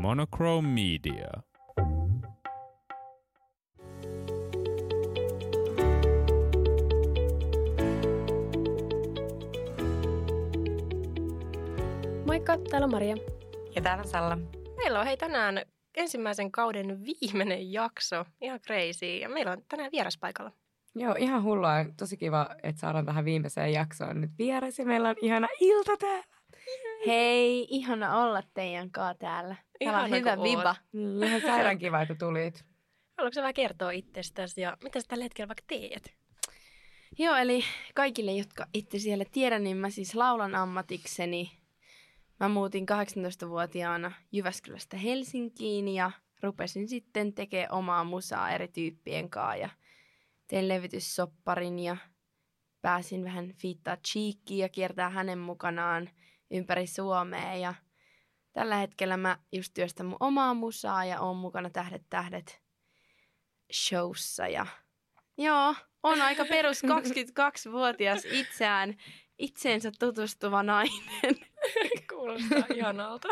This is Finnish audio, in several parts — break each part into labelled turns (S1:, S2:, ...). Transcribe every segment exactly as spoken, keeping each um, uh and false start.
S1: Monochrome Media.
S2: Moikka, täällä on Maria.
S3: Ja täällä on Salla.
S2: Meillä on hei tänään ensimmäisen kauden viimeinen jakso. Ihan crazy. Ja meillä on tänään vieras paikalla.
S3: Joo, ihan hullua. Tosi kiva, että saadaan tähän viimeiseen jaksoon nyt vieras. Ja meillä on ihana ilta täällä.
S4: Hei, ihana olla teidän kanssa täällä. Täällä on hyvä viba.
S3: Niin, ihan sairaan kiva, että tulit.
S2: Haluatko sä vähän kertoa itsestäsi ja mitä sä tällä hetkellä vaikka teet?
S4: Joo, eli kaikille, jotka itse siellä tiedä, niin mä siis laulan ammatikseni. Mä muutin kahdeksantoistavuotiaana Jyväskylästä Helsinkiin ja rupesin sitten tekemään omaa musaa eri tyyppien kanssa. Ja tein levytyssopparin ja pääsin vähän fiittaa Cheekkiin ja kiertää hänen mukanaan ympäri Suomea. Ja tällä hetkellä mä just työstän mun omaa musaa ja oon mukana Tähdet tähdet showssa. Ja joo, on aika perus kaksikymmentäkaksivuotias itseään, itseensä tutustuva nainen.
S2: Kuulostaa ihanalta.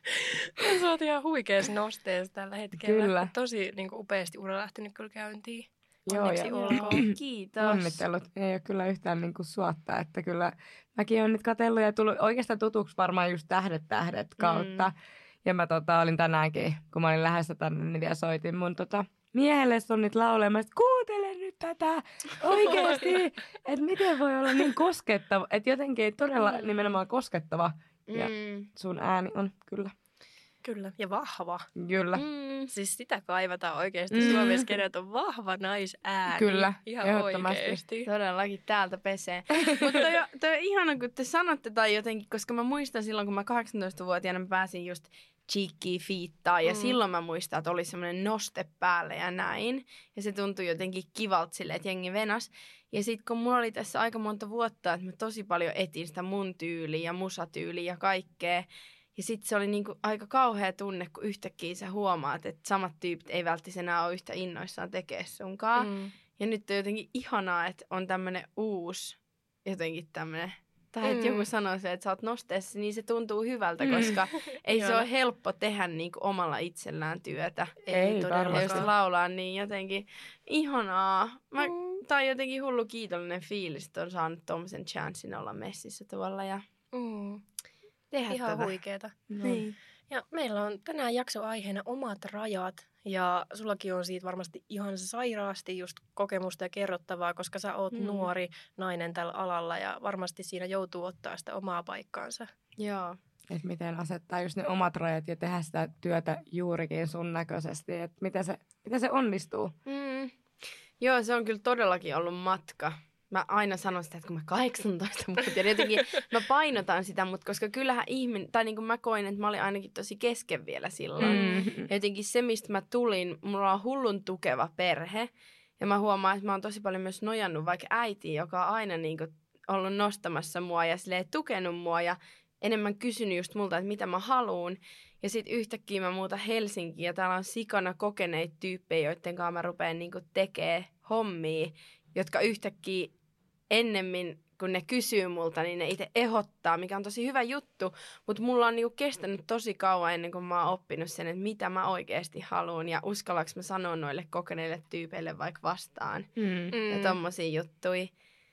S2: Sä oot ihan huikeassa nosteessa tällä hetkellä.
S3: Kyllä.
S2: Tosi niin kuin, upeasti ura lähtenyt kyllä käyntiin.
S3: Joo,
S2: Onneksi
S3: ja
S2: olkoon.
S4: Kiitos.
S3: onnittelut. Ei ole kyllä yhtään niin kuin suottaa, että kyllä mäkin olen nyt katsellut ja tullut oikeastaan tutuksi varmaan just Tähdet tähdet kautta. Mm. Ja mä tota, olin tänäänkin, kun mä olin lähdössä tänne, niin vielä soitin mun tota, miehelle Sonnit laulemaan, että kuuntele nyt tätä oikeasti, että miten voi olla niin koskettava, että jotenkin todella
S4: Mm.
S3: nimenomaan koskettava ja
S4: Mm.
S3: sun ääni on kyllä,
S2: Kyllä, ja vahva.
S3: kyllä,
S4: Mm.
S2: Siis sitä kaivataan oikeasti
S3: Mm.
S2: Suomessa, kenet on vahva naisääni.
S3: Kyllä,
S2: ihan
S3: ehdottomasti.
S2: oikeasti.
S4: Todellakin täältä pesee. Mutta toi, on- toi on ihana, kun te sanotte tai jotenkin, koska mä muistan silloin, kun mä kahdeksantoistavuotiaana mä pääsin just cheekkiä fiittaa ja
S2: Mm.
S4: silloin mä muistan, että oli semmoinen noste päälle ja näin. Ja se tuntui jotenkin kivalta silleen, että jengi venas. Ja sit kun mulla oli tässä aika monta vuotta, että mä tosi paljon etin sitä mun tyyliä ja musatyyliä ja kaikkea. Ja sitten se oli niinku aika kauhea tunne, kun yhtäkkiä sä huomaat, että samat tyypit ei välttämättä enää ole yhtä innoissaan tekee sunkaan.
S2: Mm.
S4: Ja nyt on jotenkin ihanaa, että on tämmöinen uusi, jotenkin tämmöinen, tai että
S2: Mm.
S4: joku sanoo se, että sä oot nosteessa, niin se tuntuu hyvältä, koska ei se
S2: Ihana.
S4: ole helppo tehdä niinku omalla itsellään työtä.
S3: Ei
S4: Ja
S3: varmasti.
S4: just laulaa, niin jotenkin ihanaa. Mä,
S2: Mm.
S4: tai jotenkin hullu kiitollinen fiilis, että on saanut tommosen chanssin olla messissä tuolla ja
S2: Mm.
S4: tehdä
S2: Ihan
S4: tätä.
S2: huikeeta.
S4: Niin.
S2: Ja meillä on tänään jaksoaiheena omat rajat. Ja sullakin on siitä varmasti ihan sairaasti just kokemusta ja kerrottavaa, koska sä oot
S4: Mm.
S2: nuori nainen tällä alalla ja varmasti siinä joutuu ottaa sitä omaa paikkaansa.
S4: Joo.
S3: että miten asettaa just ne omat rajat ja tehdä sitä työtä juurikin sun näköisesti, että miten se, miten se onnistuu.
S4: Mm. Joo, se on kyllä todellakin ollut matka. Mä aina sanon sitä, että kun mä kahdeksantoista-vuotiaana, jotenkin mä painotan sitä, mutta koska kyllähän ihminen, tai niin kuin mä koin, että mä olin ainakin tosi kesken vielä silloin.
S3: Mm.
S4: Jotenkin se, mistä mä tulin, mulla on hullun tukeva perhe. Ja mä huomaan, että mä oon tosi paljon myös nojannut vaikka äitiin, joka on aina niin kuin ollut nostamassa mua ja silleen tukenut mua ja enemmän kysynyt just multa, että mitä mä haluun. Ja sit yhtäkkiä mä muutan Helsinkiin ja täällä on sikana kokeneita tyyppejä, joiden kanssa mä rupean niinku tekee hommia, jotka yhtäkkiä ennemmin, kun ne kysyy multa, niin ne itse ehdottaa, mikä on tosi hyvä juttu. Mutta mulla on niinku kestänyt tosi kauan ennen kuin mä oon oppinut sen, että mitä mä oikeasti haluan ja uskallaks mä sanoa noille kokeneille tyypeille vaikka vastaan.
S3: Mm.
S2: Mm.
S4: Ja tommosia juttuja.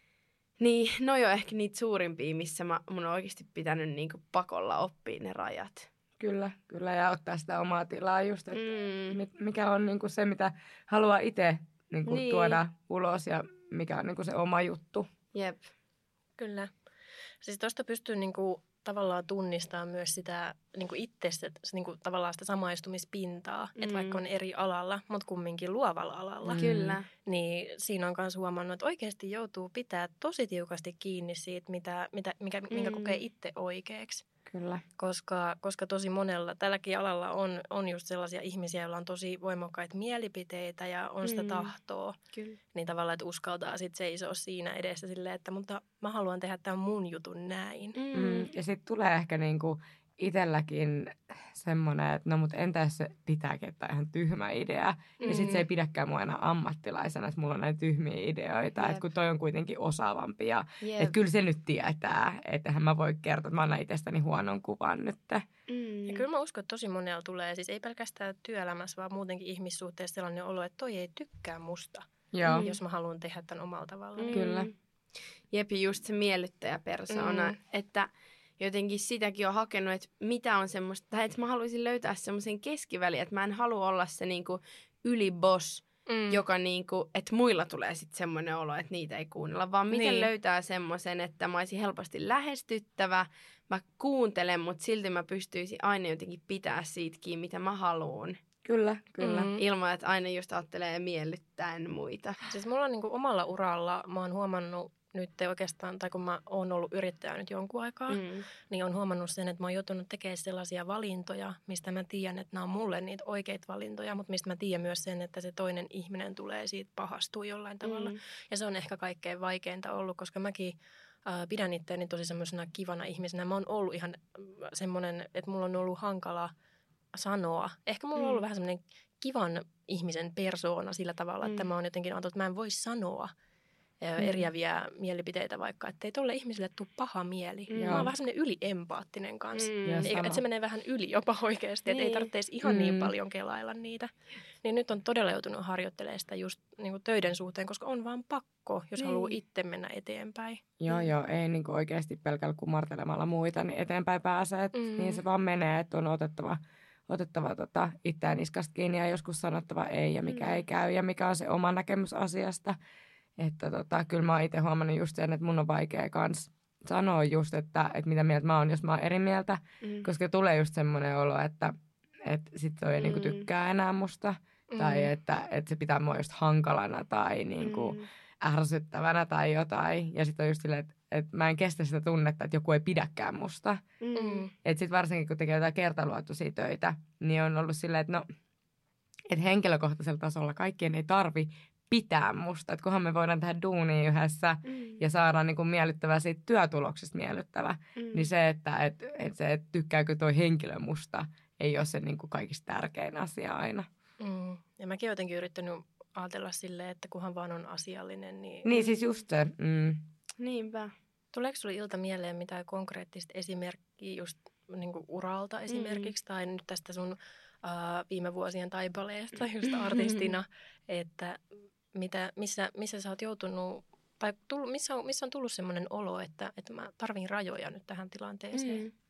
S4: Niin, no jo ehkä niitä suurimpia, missä mä, mun on oikeasti pitänyt niinku pakolla oppia ne rajat.
S3: Kyllä, kyllä, ja ottaa sitä omaa tilaa just, että
S4: Mm.
S3: mi- mikä on niinku se, mitä haluaa itse niinku
S4: Niin.
S3: tuoda ulos ja mikä on niinku se oma juttu.
S4: Jep.
S2: Kyllä. Siis tuosta pystyy niinku tavallaan tunnistamaan myös sitä niinku itsestä, niinku tavallaan sitä samaistumispintaa, mm. että vaikka on eri alalla, mutta kumminkin luovalla alalla.
S3: Mm.
S4: Kyllä.
S2: Niin siinä on myös huomannut, että oikeasti joutuu pitää tosi tiukasti kiinni siitä, mitä, mitä, mikä, minkä
S4: Mm.
S2: kokee itse oikeaksi.
S3: Kyllä.
S2: Koska, koska tosi monella, tälläkin alalla on, on just sellaisia ihmisiä, joilla on tosi voimakkaita mielipiteitä ja on sitä
S4: Mm.
S2: tahtoa.
S4: Kyllä.
S2: Niin tavallaan, että uskaltaa sitten seisoa siinä edessä silleen, että mutta mä haluan tehdä tämän mun jutun näin.
S3: Mm. Ja sitten tulee ehkä niinku itselläkin semmoinen, että no mut entä jos se pitääkin, että on ihan tyhmä idea. Mm. Ja sit se ei pidäkään mua enää ammattilaisena, että mulla on näitä tyhmiä ideoita, että kun toi on kuitenkin osaavampi. Ja että kyllä se nyt tietää, että eihän mä voi kertoa, että mä annan itsestäni huonon kuvan nyt.
S2: Mm. Ja kyllä mä uskon, että tosi monella tulee, siis ei pelkästään työelämässä, vaan muutenkin ihmissuhteessa sellainen olo, että toi ei tykkää musta, Joo. jos mä haluan tehdä tämän omalla tavalla.
S3: Mm. Kyllä.
S4: Jep, just se miellyttäjäpersona, mm. että jotenkin sitäkin on hakenut, että mitä on semmoista, tai että mä haluaisin löytää semmoisen keskivälin, että mä en halua olla se niinku yliboss, mm. joka niinku, että muilla tulee sitten semmoinen olo, että niitä ei kuunnella, vaan miten niin. löytää semmoisen, että mä olisin helposti lähestyttävä, mä kuuntelen, mutta silti mä pystyisin aina jotenkin pitää siitäkin, mitä mä haluan.
S3: Kyllä, kyllä.
S4: Mm. Ilman, että aina just ajattelee miellyttäen muita.
S2: Siis mulla on niinku omalla uralla, mä oon huomannut nyt oikeastaan, tai kun mä oon ollut yrittäjä nyt jonkun aikaa, mm. niin on huomannut sen, että mä oon joutunut tekemään sellaisia valintoja, mistä mä tiedän, että nämä on mulle niitä oikeita valintoja, mutta mistä mä tiedän myös sen, että se toinen ihminen tulee siitä pahastua jollain tavalla. Mm. Ja se on ehkä kaikkein vaikeinta ollut, koska mäkin äh, pidän itseäni tosi semmoisena kivana ihmisenä. Mä oon ollut ihan semmoinen, että mulla on ollut hankala sanoa. Ehkä mulla on ollut mm. vähän semmoinen kivan ihmisen persoona sillä tavalla, mm. että mä oon jotenkin ajatellut, että mä en voi sanoa Mm. eriäviä mielipiteitä vaikka, ettei tolle ihmiselle tule paha mieli. Mm. Mä oon vähän semmoinen yliempaattinen kanssa. Mm. Eikä, että se menee vähän yli jopa oikeasti, että niin. ei tarvitse ihan mm. niin paljon kelailla niitä. Niin nyt on todella joutunut harjoittelemaan sitä just niin kuin töiden suhteen, koska on vaan pakko, jos niin. haluaa itse mennä eteenpäin.
S3: Joo, mm. joo, ei niin kuin oikeasti pelkällä kumartelemalla muita, niin eteenpäin pääsee. Että mm. niin se vaan menee, että on otettava, otettava tota, itseään niskasta kiinni ja joskus sanottava ei ja mikä mm. ei käy ja mikä on se oma näkemys asiasta. Että tota, kyllä mä oon itse huomannut just sen, että mun on vaikea kans sanoa just, että, että mitä mieltä mä oon, jos mä oon eri mieltä. Mm. Koska tulee just semmoinen olo, että, että sit toi ei mm. niinku tykkää enää musta. Mm. Tai että, että se pitää mua just hankalana tai niinku mm. ärsyttävänä tai jotain. Ja sit on just silleen, että, että mä en kestä sitä tunnetta, että joku ei pidäkään musta. Mm. Että sit varsinkin kun tekee jotain kertaluontoisia töitä, niin on ollut silleen, että no, että henkilökohtaisella tasolla kaikkien ei tarvi pitää musta, että kunhan me voidaan tehdä duunia yhdessä mm. ja saadaan niin kuin miellyttävää siitä työtuloksesta miellyttävä, mm. niin se, että et, et se, et tykkääkö toi henkilö musta, ei ole se niin kuin kaikista tärkein asia aina.
S2: Mm. Ja mäkin olen jotenkin yrittänyt ajatella silleen, että kunhan vaan on asiallinen. Niin,
S3: niin siis just se. Mm.
S4: Niinpä.
S2: Tuleeko sulle Ilta mieleen mitään konkreettista esimerkkiä just niin kuin uralta esimerkiksi, mm. tai nyt tästä sun uh, viime vuosien taipaleesta just artistina, että Mitä, missä, missä sä oot joutunut, tai tullut, missä, on, missä on tullut semmoinen olo, että, että mä tarvin rajoja nyt tähän tilanteeseen? Mm.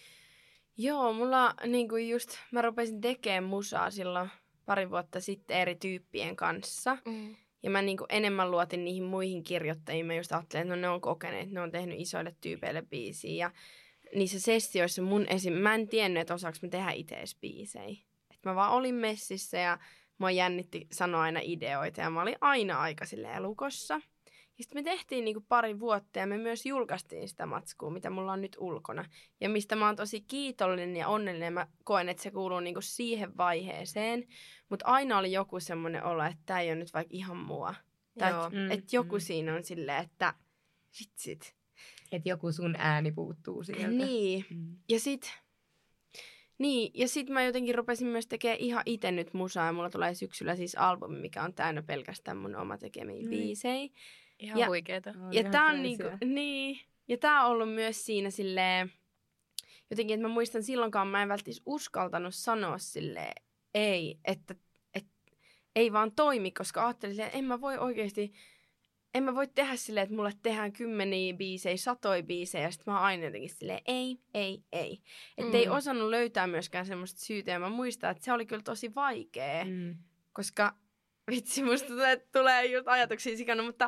S4: Joo, mulla niin kuin just, mä rupesin tekemään musaa silloin pari vuotta sitten eri tyyppien kanssa. Mm. Ja mä niin kuin enemmän luotin niihin muihin kirjoittajiin. Mä just ajattelin, että no ne on kokeneet, ne on tehnyt isoille tyypeille biisiä. Ja niissä sessioissa mun esim... mä en tiennyt, että osaanko mä tehdä itse edes biisejä. Että mä vaan olin messissä ja mua jännitti sanoa aina ideoita ja mä olin aina aika silleen lukossa. Ja sitten me tehtiin niinku pari vuotta ja me myös julkaistiin sitä matskua, mitä mulla on nyt ulkona. Ja mistä mä oon tosi kiitollinen ja onnellinen. Mä koen, että se kuuluu niinku siihen vaiheeseen. Mutta aina oli joku semmoinen olo, että tää ei ole nyt vaikka ihan mua. Tai että mm, et joku mm. siinä on silleen, että vitsit.
S3: Että joku sun ääni puuttuu sieltä.
S4: Niin. Mm. Ja sit... Niin, ja sit mä jotenkin rupesin myös tekemään ihan itse nyt musaa, ja mulla tulee syksyllä siis albumi, mikä on täynnä pelkästään mun oma tekemiä mm. biisejä.
S2: Ihan
S4: ja,
S2: huikeeta.
S4: Ja tää on niinku, niin, ja tää on ollut myös siinä silleen, jotenkin, että mä muistan silloinkaan mä en välttis uskaltanut sanoa silleen, ei, että et, ei vaan toimi, koska ajattelin, että en mä voi oikeesti, en mä voi tehdä silleen, että mulle tehdään kymmeniä biisejä, satoi biisejä, ja sit mä oon aina jotenkin silleen, ei, ei, ei. Että mm. ei osannut löytää myöskään semmoista syytä, ja mä muistan, että se oli kyllä tosi vaikea, mm. koska vitsi, musta tulee just ajatuksia sikana, mutta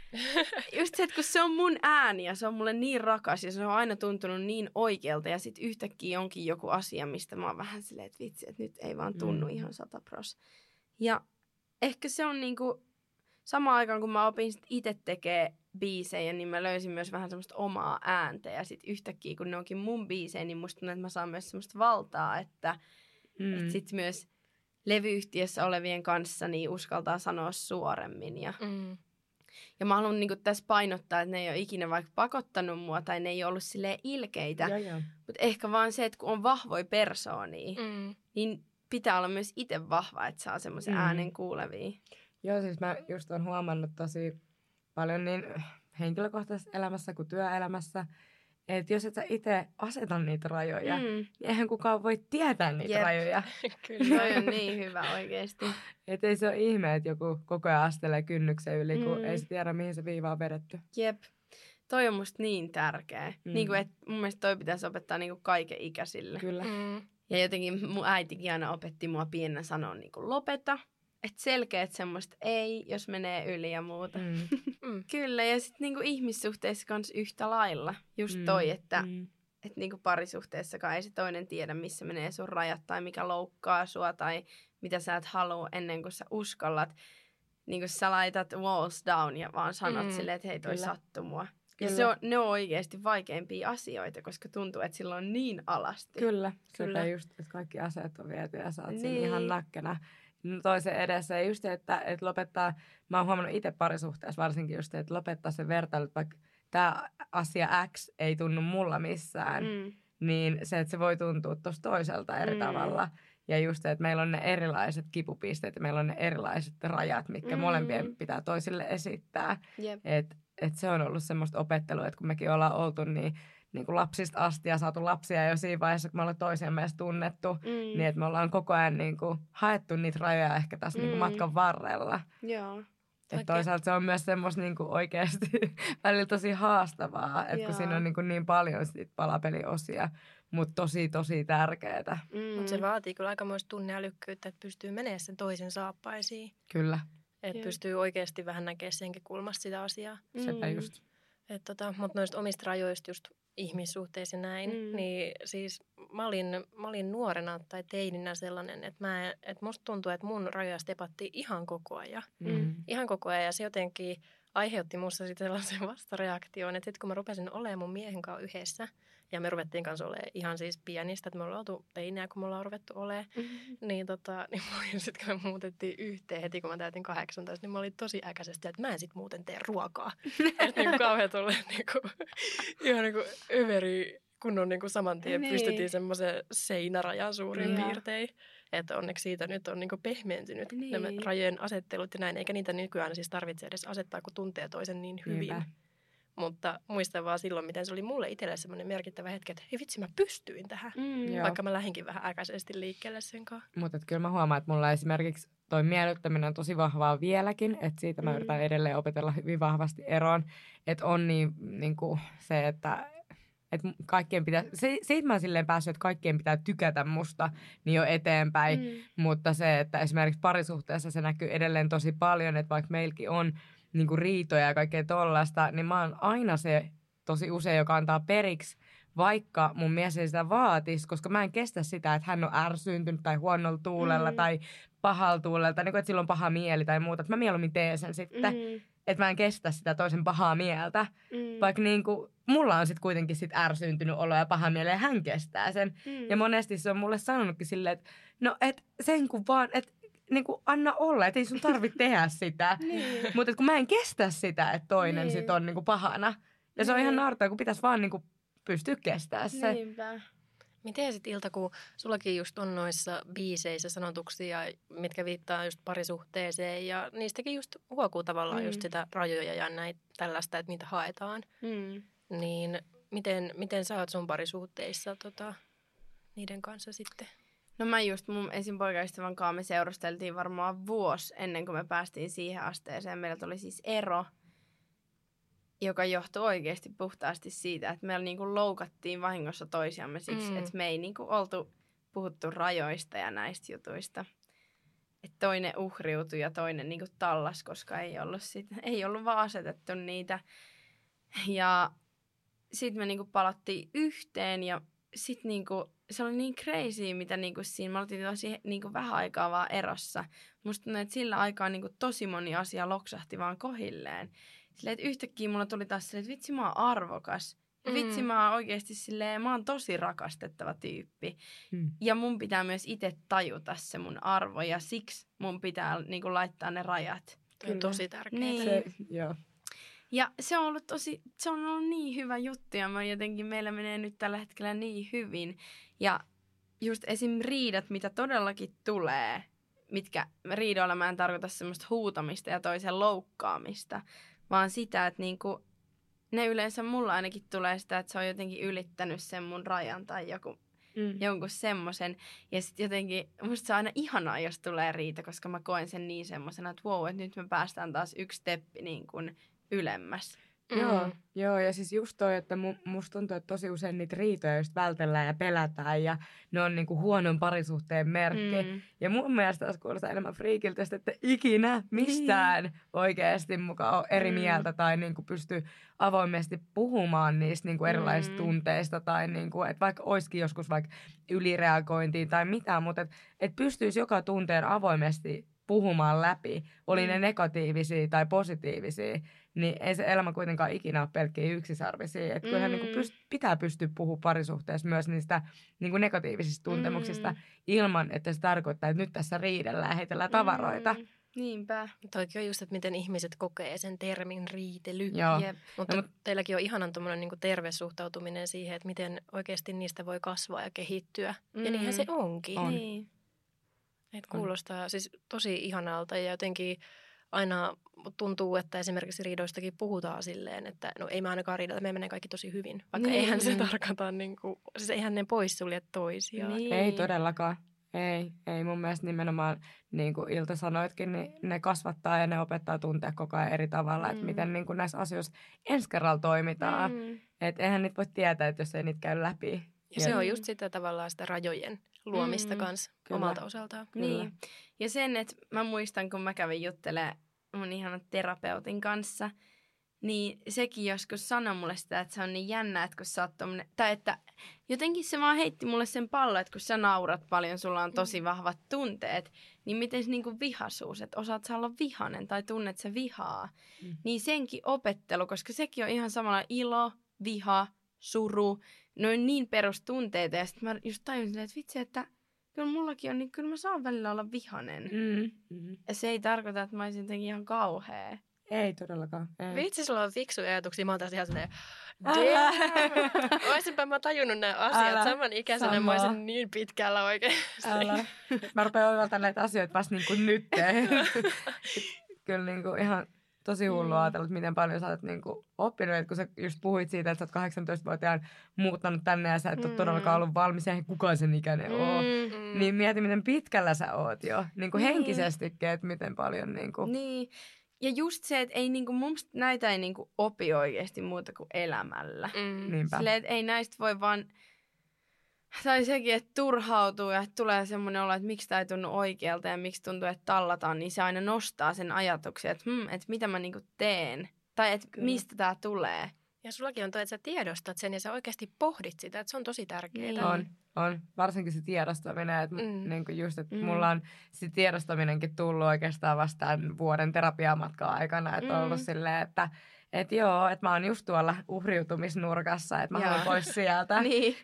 S4: just se, että kun se on mun ääni, ja se on mulle niin rakas, ja se on aina tuntunut niin oikealta, ja sit yhtäkkiä onkin joku asia, mistä mä oon vähän silleen, että vitsi, että nyt ei vaan tunnu mm. ihan sata pros. Ja ehkä se on niinku... Samaan aikaan, kun mä opin itse tekemään biisejä, niin mä löysin myös vähän semmoista omaa ääntä. Ja sit yhtäkkiä, kun ne onkin mun biisejä, niin musta tuntuu, että mä saan myös semmoista valtaa, että mm. et sit myös levyyhtiössä olevien kanssa niin uskaltaa sanoa suoremmin. Ja,
S2: mm.
S4: Ja mä haluan niinku tässä painottaa, että ne ei ole ikinä vaikka pakottanut mua tai ne ei ollut silleen ilkeitä. Mutta ehkä vaan se, että kun on vahvoja persoonia, mm. niin pitää olla myös itse vahva, että saa semmoisen mm. äänen kuuleviin.
S3: Joo, siis mä just oon huomannut tosi paljon niin henkilökohtaisessa elämässä kuin työelämässä, että jos et sä itse aseta niitä rajoja, mm. niin eihän kukaan voi tietää niitä Jep. rajoja.
S4: Kyllä, toi on niin hyvä oikeesti.
S3: Että ei se ole ihme, että joku koko ajan astelee kynnyksen yli, kun mm. ei se tiedä, mihin se viiva on vedetty.
S4: Jep. Toi on musta niin tärkeä. Mm. Niin kuin, että mun mielestä toi pitäisi opettaa niin kuin kaiken ikäisille.
S3: Kyllä. Mm.
S4: Ja jotenkin mun äitikin aina opetti mua pienenä sanoa niin kuin lopeta. Että selkeät semmoista ei, jos menee yli ja muuta. Mm. mm. Kyllä, ja sitten niinku ihmissuhteissa kanssa yhtä lailla. Just toi, mm. että mm. et niinku parisuhteessakaan ei se toinen tiedä, missä menee sun rajat tai mikä loukkaa sua tai mitä sä et halua ennen kuin sä uskallat. Niinku sä laitat walls down ja vaan sanot mm. silleen, että hei toi sattuu mua. Ja se on, ne on oikeasti vaikeimpia asioita, koska tuntuu, että sillä on niin alasti.
S3: Kyllä, kyllä. Just, että kaikki aseet on viety ja sä oot niin. ihan nakkena. No toisen edessä. Ja just, että, että lopettaa, mä oon huomannut itse parisuhteessa varsinkin just, että lopettaa se vertailu, että vaikka tämä asia X ei tunnu mulla missään, mm. niin se, että se voi tuntua tuosta toiselta eri mm. tavalla. Ja just, että meillä on ne erilaiset kipupisteet ja meillä on ne erilaiset rajat, mitkä mm. molempien pitää toisille esittää. Yep. Että et se on ollut semmoista opettelua, että kun mekin ollaan oltu niin niin kuin lapsista asti ja saatu lapsia jo siinä vaiheessa, kun me ollaan toisiaan meistä tunnettu, mm. niin että me ollaan koko ajan niin kuin haettu niitä rajoja ehkä tässä mm. niin kuin matkan varrella.
S4: Joo.
S3: Että toisaalta se on myös semmoista niin kuin oikeasti välillä tosi haastavaa, että kun siinä on niin, kuin niin paljon sit palapeliosia, mutta tosi tosi tärkeää.
S2: Mm. Mutta se vaatii kyllä aikamoista tunneälykkyyttä, että pystyy menemään sen toisen saappaisiin.
S3: Kyllä.
S2: Että pystyy oikeasti vähän näkemään senkin kulmasta sitä asiaa.
S3: Mm. Sepä just.
S2: Tota, mutta noista omista rajoista just ihmissuhteissa ja näin, mm. niin siis mä olin, mä olin nuorena tai teininä sellainen, että, mä, että musta tuntuu, että mun rajoja stepattiin ihan koko ajan. Mm. Ihan koko ajan ja se jotenkin aiheutti musta sitten sellaisen vastareaktion, että sitten kun mä rupesin olemaan mun miehen kanssa yhdessä, ja me ruvettiin kanssa olemaan ihan siis pienistä, että me ollaan oltu teinejä, kun me ollaan ruvettu olemaan, mm-hmm. niin, tota, niin sitten kun me muutettiin yhteen heti, kun mä täytin kahdeksantoista, niin mä olin tosi äkäisesti, että mä en sitten muuten tee ruokaa. Että niin kauhean tolleen niin kuin, ihan niin kuin överi, kun on niin kuin saman tien niin. pystyttiin semmoisen seinärajan suurin mm. piirtein. Että onneksi siitä nyt on niin kuin pehmeentynyt niin. nämä rajojen asettelut ja näin, eikä niitä nykyään siis tarvitse edes asettaa, kun tuntee toisen niin hyvin. Niinpä. Mutta muistan vaan silloin, miten se oli mulle itselle semmoinen merkittävä hetki, että hei vitsi, mä pystyin tähän. Mm, vaikka mä lähdinkin vähän äkäisesti liikkeelle sen kanssa.
S3: Mutta kyllä mä huomaan, että mulla esimerkiksi toi miellyttäminen on tosi vahvaa vieläkin. Että siitä mä mm. yritän edelleen opetella hyvin vahvasti eroon. Että on niin, niin kuin se, että että kaikkien pitää, se, siitä mä oon silleen päässyt, että kaikkien pitää tykätä musta niin jo eteenpäin. Mm. Mutta se, että esimerkiksi parisuhteessa se näkyy edelleen tosi paljon, että vaikka meilläkin on niinku riitoja ja kaikkea tollaista, niin mä oon aina se tosi usein, joka antaa periksi, vaikka mun mies ei sitä vaatisi, koska mä en kestä sitä, että hän on ärsyyntynyt tai huonolla tuulella mm. tai pahalla tuulella, tai niin kuin, että sillä on paha mieli tai muuta. Että mä mieluummin teen sen sitten, mm. että mä en kestä sitä toisen pahaa mieltä. Mm. Vaikka niin kuin, mulla on sitten kuitenkin sit ärsyyntynyt olo ja paha mieli ja hän kestää sen. Mm. Ja monesti se on mulle sanonutkin silleen, että no et sen kun vaan, että niin kuin anna olla, että ei sun tarvitse tehdä sitä. Niin. Mutta kun mä en kestä sitä, että toinen niin. sit on niin kuin pahana. Ja niin. se on ihan naurtaa, kun pitäisi vaan niin kuin pystyä kestämään se.
S4: Niinpä.
S2: Miten sitten Ilta, kun sullakin just on noissa biiseissä sanotuksia, mitkä viittaa just parisuhteeseen ja niistäkin just huokuu tavallaan mm. just sitä rajoja ja näitä tällaista, että niitä haetaan. Mm. Niin miten, miten sä oot sun parisuhteissa tota, niiden kanssa sitten?
S4: No mä just mun esim. Poikaystävän kanssa me seurusteltiin varmaan vuosi ennen kuin me päästiin siihen asteeseen. Meillä tuli siis ero, joka johtui oikeasti puhtaasti siitä, että meillä niinku loukattiin vahingossa toisiamme siksi, mm. että me ei niinku oltu puhuttu rajoista ja näistä jutuista. Että toinen uhriutui ja toinen niinku tallas, koska ei ollut, sit, ei ollut vaan asetettu niitä. Ja sitten me niinku palattiin yhteen ja sitten niinku, se oli niin crazy, mitä niinku siinä, me oltiin tosi niinku vähän aikaa vaan erossa. Musta tuntuu, että sillä aikaa niinku tosi moni asia loksahti vaan kohilleen. Silleen, että yhtäkkiä mulla tuli taas silleen, että vitsi mä oon arvokas. Ja mm. vitsi mä oon oikeasti silleen, mä oon tosi rakastettava tyyppi. Mm. Ja mun pitää myös itse tajuta se mun arvo ja siksi mun pitää niinku laittaa ne rajat.
S2: Toi on tosi tärkeää.
S4: Niin.
S3: Se, joo.
S4: Ja se on ollut tosi, se on ollut niin hyvä juttu ja mä jotenkin meillä menee nyt tällä hetkellä niin hyvin. Ja just esim. Riidat, mitä todellakin tulee, mitkä riidoilla mä en tarkoita semmoista huutamista ja toisen loukkaamista, vaan sitä, että niinku, ne yleensä mulla ainakin tulee sitä, että se on jotenkin ylittänyt sen mun rajan tai joku, mm. jonkun semmoisen. Ja sitten jotenkin, musta se on aina ihanaa, jos tulee riita, koska mä koen sen niin semmosena, että wow, että nyt me päästään taas yksi steppi niin kuin ylemmäs.
S3: Mm. Joo, joo, ja siis just toi, että mu, musta tuntuu, että tosi usein niitä riitoja just vältellään ja pelätään ja ne on niinku huonon parisuhteen merkki. Mm. Ja mun mielestä taas kuulostaa enemmän friikiltä, että ikinä mistään mm. oikeasti mukaan ole eri mm. mieltä tai niinku pysty avoimesti puhumaan niistä niinku erilaisista mm. tunteista tai niinku, että vaikka olisikin joskus vaikka ylireagointiin tai mitään, mutta että et pystyisi joka tunteen avoimesti puhumaan läpi, oli ne negatiivisia tai positiivisia, niin ei se elämä kuitenkaan ikinä ole pelkkiä yksisarvisia. Että kyllähän mm. niin pyst- pitää pystyä puhumaan parisuhteessa myös niistä niin negatiivisista tuntemuksista mm. ilman, että se tarkoittaa, että nyt tässä riidellään ja heitellään tavaroita.
S4: Mm. Niinpä.
S2: Toikin on just, että miten ihmiset kokee sen termin riitely.
S3: Joo.
S2: Jep. Mutta no, teilläkin on ihanan tommoinen niin kuin terve suhtautuminen siihen, että miten oikeasti niistä voi kasvaa ja kehittyä. Mm. Ja niinhän se onkin.
S3: On.
S2: Niin. Et kuulostaa siis tosi ihanalta ja jotenkin aina tuntuu, että esimerkiksi riidoistakin puhutaan silleen, että no ei me ainakaan riidata, me menee kaikki tosi hyvin. Vaikka niin. eihän se tarkoita, niin kuin, siis eihän ne poissulje toisiaan.
S3: Niin. Ei todellakaan. Ei, ei mun mielestä nimenomaan, niin kuin Ilta sanoitkin, niin ne kasvattaa ja ne opettaa tuntea koko ajan eri tavalla, mm. että miten niin kuin näissä asioissa ensi kerralla toimitaan. Mm. Että eihän niitä voi tietää, että jos ei niitä käy läpi.
S2: Ja, ja se on just sitä tavallaan sitä rajojen luomista mm. kanssa Kyllä. omalta osaltaan.
S4: Kyllä. Niin. Ja sen, että mä muistan, kun mä kävin juttelemaan mun ihanan terapeutin kanssa, niin sekin joskus sanoi mulle sitä, että se on niin jännä, että kun sä oot tommonen, tai että jotenkin se vaan heitti mulle sen pallon, että kun sä naurat paljon, sulla on tosi vahvat tunteet, niin miten se niinku vihaisuus, että osaat sä olla vihanen tai tunnet sä vihaa, mm. niin senkin opettelu, koska sekin on ihan samalla ilo, viha, suru, ne on niin perustunteita ja sitten mä just tajusin, että vitsi, että kyllä mullakin on, niin kyllä mä saan välillä olla vihanen. Mm. Mm. Ja se ei tarkoita, että mä olisin jotenkin ihan kauhea.
S3: Ei todellakaan. Ei.
S2: Vitsi, sulla on fiksuja ajatuksia. Mä oon taas ihan silleen, oisinpä mä tajunnut nämä asiat Älä. saman ikäisenä. Mä olisin niin pitkällä oikeasti.
S3: Älä. Mä rupean oivaltamaan näitä asioita vasta niin kuin nyt. Kyllä niin kuin ihan tosi hullua mm. ajatella, miten paljon sä oot niin kuin oppinut. Et kun sä just puhuit siitä, että sä oot kahdeksantoistavuotiaan muuttanut tänne ja sä et mm. ole todellakaan ollut valmis ja kukaan sen ikäinen mm. ole. Mm. Niin mieti, miten pitkällä sä oot jo. Niin kuin niin. henkisestikin, että miten paljon niin kuin...
S4: Niin. Ja just se, että ei niinku, mun mielestä näitä ei niinku opi oikeasti muuta kuin elämällä.
S3: Mm.
S4: Silleen, että ei näistä voi vaan, tai sekin, että turhautuu ja että tulee semmoinen olo, että miksi tämä ei tunnu oikealta ja miksi tuntuu, että tallataan, niin se aina nostaa sen ajatuksen, että, hmm, että mitä mä niinku teen. Tai että Kyllä. mistä tämä tulee.
S2: Ja sullakin on toi, että sä tiedostat sen ja sä oikeasti pohdit sitä, että se on tosi tärkeää.
S3: Niin. On, on. Varsinkin se tiedostaminen, että mm. niin kuin just, että mm. mulla on se tiedostaminenkin tullut oikeastaan vastaan vuoden terapiamatkan aikana, että mm. on ollut silleen, että et joo, että mä oon just tuolla uhriutumisnurkassa, että mä haluan pois sieltä.
S4: Niin.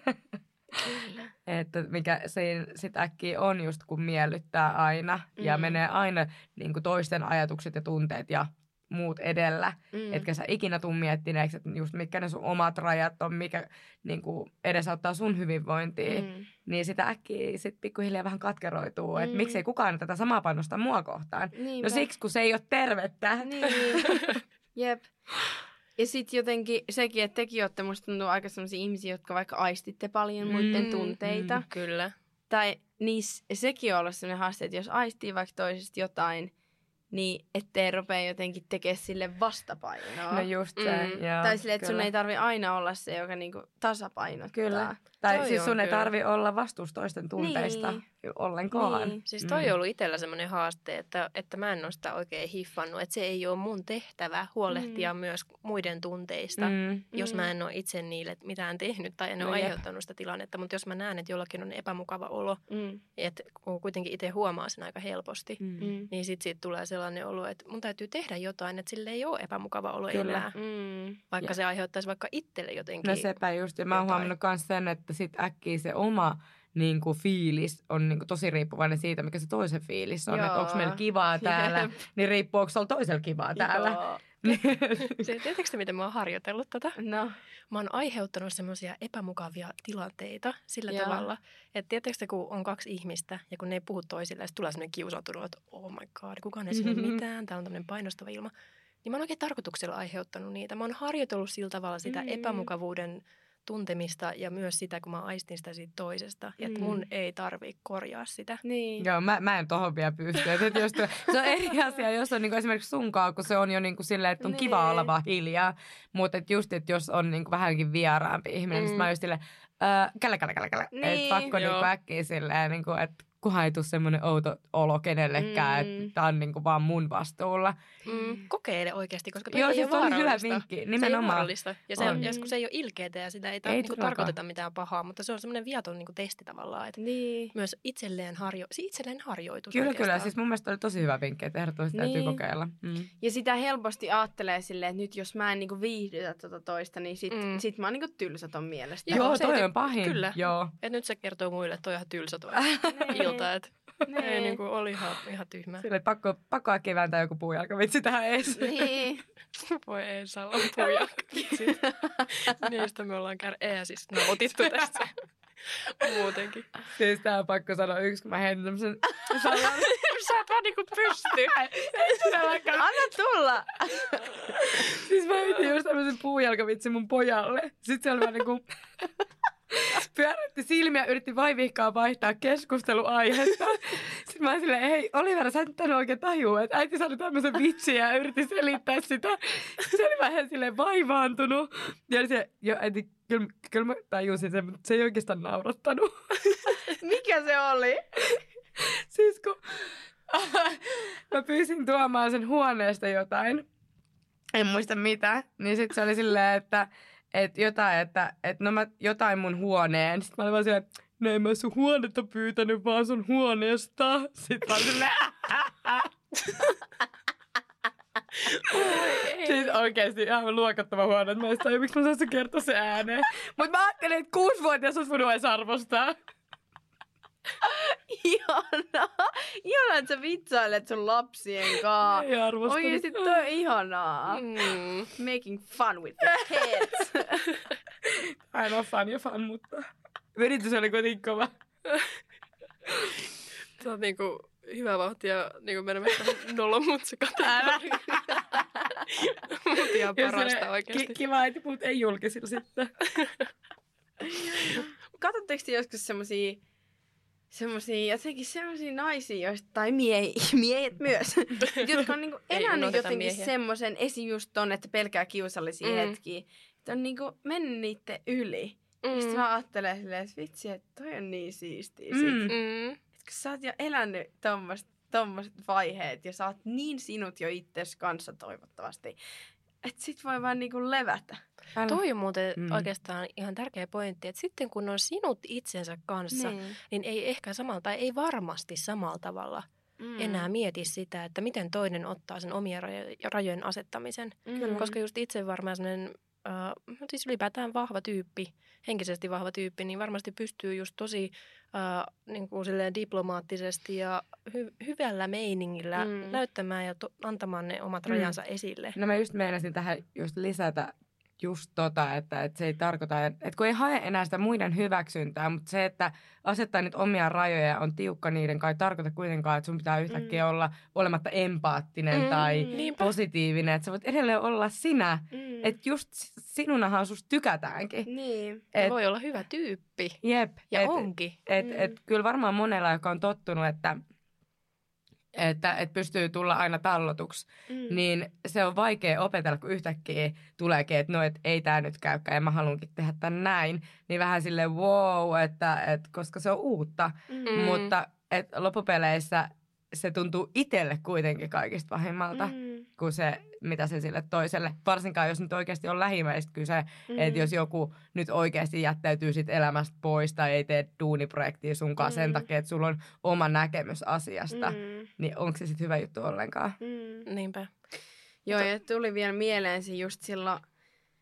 S3: Että mikä siinä sit äkkiä on just kun miellyttää aina mm. ja menee aina niin kuin toisten ajatukset ja tunteet ja muut edellä, mm. etkä sä ikinä tuu miettineeksi, että just mitkä ne sun omat rajat on, mikä niin kuin edesauttaa sun hyvinvointia, mm. niin sitä äkkiä sit pikkuhiljaa vähän katkeroituu, mm. että miksei kukaan tätä samaa painosta mua kohtaan. Niinpä. No siksi, kun se ei ole tervettä.
S4: Niin. Jep. Ja sit jotenkin sekin, että tekin olette musta tuntuu aika sellaisia ihmisiä, jotka vaikka aistitte paljon mm. muiden tunteita.
S2: Mm. Kyllä.
S4: Tai niin sekin on ollut sellainen haaste, että jos aistii vaikka toisesta jotain, niin ettei rupea jotenkin tekemään sille vastapainoa.
S3: No just se, mm. joo.
S4: Tai silleen, että sun ei tarvi aina olla se, joka niinku tasapainottaa.
S3: Kyllä. Tai toi siis sun ei tarvi olla vastuussa toisten tunteista niin. ollenkaan.
S2: Niin. Siis toi mm. on ollut itsellä semmoinen haaste, että, että mä en ole sitä oikein hiffannut. Että se ei ole mun tehtävä huolehtia mm. myös muiden tunteista, mm. jos mä en ole itse niille mitään tehnyt tai en no ole jep. aiheuttanut sitä tilannetta. Mutta jos mä näen, että jollakin on epämukava olo, mm. että kun kuitenkin itse huomaa sen aika helposti, mm. niin sit siitä tulee sellainen olo, että mun täytyy tehdä jotain, että sille ei ole epämukava olo enää. Mm. Vaikka ja. se aiheuttaisi vaikka itselle jotenkin
S3: No sepä just, ja mä oon huomannut myös sen, että sit äkkiä se oma niin kuin fiilis on niin kuin tosi riippuvainen siitä, mikä se toisen fiilis on. Että onko meillä kivaa täällä,
S4: Jep.
S3: niin riippuu, onko sulla toisella kivaa täällä.
S4: Joo.
S2: Se, tiedättekö te, miten mä oon harjoitellut tätä?
S4: No.
S2: Mä oon aiheuttanut semmoisia epämukavia tilanteita sillä
S4: Joo.
S2: tavalla, että tiedättekö te, kun on kaksi ihmistä ja kun ne ei puhu toisilleen, sitten tulee semmoinen kiusautunut, että oh my god, kukaan ei sano mitään, täällä on tämmöinen painostava ilma. Niin mä oon oikein tarkoituksella aiheuttanut niitä. Mä oon harjoitellut sillä tavalla sitä
S4: Mm.
S2: epämukavuuden tuntemista ja myös sitä, kun mä aistin sitä siitä toisesta. Mm. Että
S4: Mm.
S2: mun ei tarvii korjaa sitä.
S4: Niin.
S3: Joo, mä, mä en tohon vielä pysty. Et jos tuo, se on eri asia, jos on niinku esimerkiksi sunkaan, kun se on jo niinku silleen, että on
S4: Niin.
S3: kiva olla vaan hiljaa. Mutta et just, että jos on niinku vähänkin vieraampi ihminen, mm. niin sit mä oon just silleen, äh, källä, källä, källä, källä.
S4: Niin.
S3: Et pakko
S2: Joo.
S3: niinku äkkiä silleen, niinku, että kunhan ei tule semmoinen outo olo kenellekään,
S4: Mm.
S3: että tää on niinku vaan mun vastuulla.
S2: Mm. Kokeile oikeasti, koska toi
S3: Joo,
S2: ei
S3: siis
S2: ole
S3: oli hyvä
S2: vaarallista.
S3: vinkki,
S2: Se ei
S3: nimenomaan.
S2: ole vaarallista. Ja, se,
S3: On.
S2: ja kun se ei ole ilkeetä ja sitä ei, ta-
S3: Ei
S2: niinku
S3: todellakaan.
S2: tarkoiteta mitään pahaa, mutta se on semmoinen viaton niinku testi tavallaan. Että
S4: Niin.
S2: myös itselleen, harjo- siis itselleen harjoitus
S3: Kyllä,
S2: oikeastaan.
S3: kyllä. Siis mun mielestä oli tosi hyvä vinkki, että ehdottomasti täytyy
S4: Niin.
S3: kokeilla. Mm.
S4: Ja sitä helposti ajattelee silleen, että nyt jos mä en niinku viihdytä tota toista, niin sit,
S2: Mm.
S4: sit mä oon niinku tylsä ton mielestä.
S2: Joo,
S3: Joo,
S2: se
S3: toi
S2: ei-
S3: on pahin.
S2: kyllä.
S3: Joo.
S2: Et nyt se kertoo muille, että toi on ihan tylsä toi
S4: Niin.
S2: ilta. Että
S4: Niin.
S2: ei niinku, oli ihan, ihan tyhmä.
S3: Sille pakko, pakko äkkiä vääntää joku puujalkavitsi tähän esiin.
S4: Niin.
S2: Voi ei saa lampuja. Niistä me ollaan kär... Ei siis nautittu tästä muutenkin.
S3: Siis tää on pakko sanoa yksi, kun mä heitin tämmösen sanan.
S2: Sä et vaan niinku pysty.
S4: Anna tulla!
S3: Siis mä heitin just tämmösen puujalkavitsin mun pojalle. Sitten se oli vaan niinku... Pyörätti silmiä, yritti vaivihkaa vaihtaa keskusteluaihetta. Sitten mä olin silleen, hei Olivera, sä et tänne oikein tajua, että äiti sanoi tämmöisen vitsin ja yritti selittää sitä. Se oli vähän silleen vaivaantunut. Ja se, jo äiti, kyllä, kyllä mä tajusin sen, mutta se ei oikeastaan naurattanut.
S4: Mikä se oli?
S3: Siis kun mä pyysin tuomaan sen huoneesta jotain, en muista mitä, niin sitten se oli silleen, että et jotain, että et no mä jotain mun huoneen. Sitten mä olin vaan silleen, no en mä sun huonetta pyytänyt, vaan sun huoneesta. Sitten mä olin silleen, siis oikeesti ihan luokattava huone. Mä en tajua, miksi mä saisin kertoa se ääneen. Mutta mä ajattelin, että kuusivuotias olisi voinut edes arvostaa.
S4: Ihanaa. Ihanaa, että sä vitsailet sun lapsien kaa.
S3: Ei arvostanut.
S4: Oikeesti toi on ihanaa.
S2: Mm.
S4: Making fun with the kids.
S3: Ainoa fan ja fan, mutta veritys oli kuitenkin kova.
S2: Sä oot niinku hyvä vauhtia niinku menemässä nolomutsikategoriaan. Mut ihan
S3: Ja
S2: parasta
S3: silleen,
S2: oikeesti.
S3: ki- kiva, että mut ei julkisilla sitten.
S4: Katsotteko te joskus semmosia, semmosia, jotenkin semmosia naisia, joista, tai mie, miehet myös, jotka on niinku
S2: Ei
S4: elänyt
S2: unohdeta
S4: jotenkin
S2: miehiä.
S4: semmoisen, esim. Just ton, että pelkää kiusallisia
S2: Mm.
S4: mm. hetkiä, että on niinku mennyt niitten yli. Mm. Ja sit
S2: Mm.
S4: mä ajattelen silleen, että vitsi, että toi on niin siistiä.
S3: Mm.
S4: Sit.
S2: Mm.
S4: Et kun sä oot jo elänyt tommoset, tommoset vaiheet ja sä oot niin sinut jo itses kanssa toivottavasti, että sit voi vaan niinku levätä.
S3: Älä.
S2: Toi on muuten
S3: Mm.
S2: mm. oikeastaan ihan tärkeä pointti, että sitten kun on sinut itsensä kanssa, niin,
S4: Niin.
S2: niin ei ehkä samalla, tai ei varmasti samalla tavalla
S4: Mm.
S2: enää mieti sitä, että miten toinen ottaa sen omien rajo- rajojen asettamisen.
S4: Mm.
S2: Koska just itse varmaan sellainen, äh, siis ylipäätään vahva tyyppi, henkisesti vahva tyyppi, niin varmasti pystyy just tosi äh, niin kuin silleen diplomaattisesti ja hy- hyvällä meiningillä
S4: Mm.
S2: mm. näyttämään ja to- antamaan ne omat
S3: Mm.
S2: rajansa esille.
S3: No mä just meinasin tähän just lisätä just tota, että, että se ei tarkoita, että kun ei hae enää sitä muiden hyväksyntää, mutta se, että asettaa niitä omia rajoja ja on tiukka niiden kai, ei tarkoita kuitenkaan, että sun pitää yhtäkkiä mm. olla olematta empaattinen
S2: Mm,
S3: tai
S2: niinpä.
S3: positiivinen, että sä voit edelleen olla sinä,
S4: Mm.
S3: että just sinunahan susta tykätäänkin.
S4: Niin.
S2: Et,
S3: Et,
S2: voi olla hyvä tyyppi.
S3: jep,
S2: Ja
S3: et,
S2: onkin.
S3: et,
S4: Mm.
S3: et, kyllä varmaan monella, joka on tottunut, että että et pystyy tulla aina tallotuksi,
S4: Mm.
S3: niin se on vaikea opetella, kun yhtäkkiä tuleekin, että no, et ei tämä nyt käykään ja mä haluankin tehdä tämän näin. Niin vähän silleen wow, että, et, koska se on uutta,
S4: Mm.
S2: Mm.
S3: mutta et loppupeleissä se tuntuu itselle kuitenkin kaikista pahimmalta
S4: Mm.
S3: kuin se, mitä se sille toiselle. Varsinkaan, jos nyt oikeasti on lähimmäistä kyse,
S4: Mm.
S3: että jos joku nyt oikeasti jättäytyy sit elämästä pois tai ei tee duuniprojektia sunkaan
S4: Mm.
S3: sen takia, että sulla on oma näkemys asiasta,
S4: Mm.
S3: niin onko se sitten hyvä juttu ollenkaan?
S4: Mm.
S2: Niinpä.
S4: Joo, ja tuli vielä mieleen se just silloin,